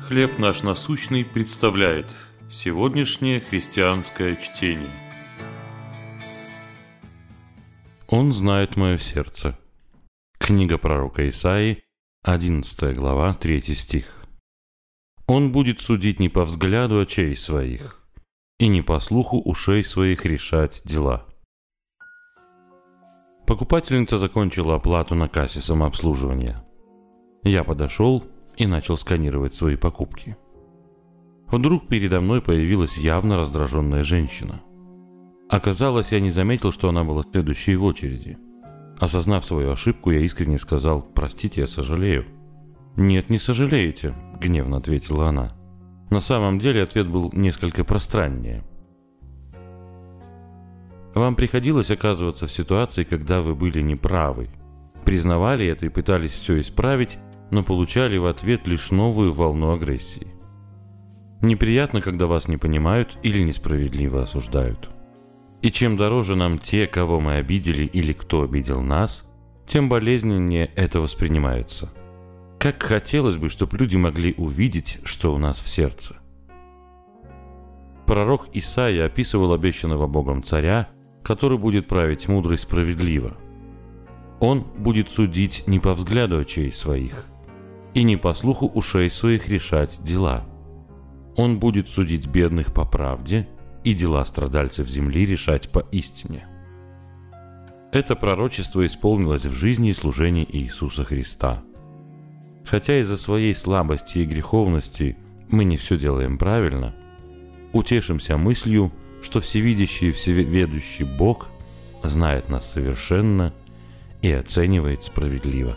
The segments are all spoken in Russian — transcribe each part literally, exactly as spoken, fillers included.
«Хлеб наш насущный» представляет сегодняшнее христианское чтение. Он знает мое сердце. Книга пророка Исаии, одиннадцатая глава, третий стих. Он будет судить не по взгляду очей своих и не по слуху ушей своих решать дела. Покупательница закончила оплату на кассе самообслуживания. Я подошел и начал сканировать свои покупки. Вдруг передо мной появилась явно раздраженная женщина. Оказалось, я не заметил, что она была следующей в очереди. Осознав свою ошибку, я искренне сказал: «Простите, я сожалею». «Нет, не сожалеете», — гневно ответила она. На самом деле ответ был несколько пространнее. Вам приходилось оказываться в ситуации, когда вы были неправы, признавали это и пытались все исправить, но получали в ответ лишь новую волну агрессии. Неприятно, когда вас не понимают или несправедливо осуждают. И чем дороже нам те, кого мы обидели или кто обидел нас, тем болезненнее это воспринимается. Как хотелось бы, чтобы люди могли увидеть, что у нас в сердце. Пророк Исаия описывал обещанного Богом царя, который будет править мудро и справедливо. Он будет судить не по взгляду очей своих и не по слуху ушей своих решать дела. Он будет судить бедных по правде и дела страдальцев земли решать по истине. Это пророчество исполнилось в жизни и служении Иисуса Христа. Хотя из-за своей слабости и греховности мы не все делаем правильно, утешимся мыслью, что всевидящий и всеведущий Бог знает нас совершенно и оценивает справедливо.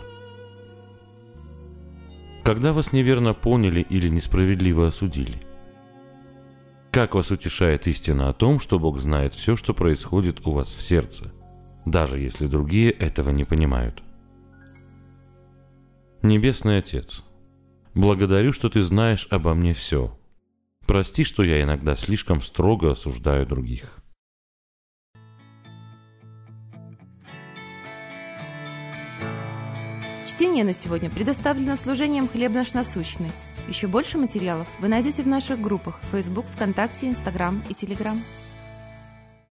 Когда вас неверно поняли или несправедливо осудили? Как вас утешает истина о том, что Бог знает все, что происходит у вас в сердце, даже если другие этого не понимают? Небесный Отец, благодарю, что Ты знаешь обо мне все. Прости, что я иногда слишком строго осуждаю других. Чтение на сегодня предоставлено служением «Хлеб наш насущный». Еще больше материалов вы найдете в наших группах Facebook, ВКонтакте, Instagram и Telegram.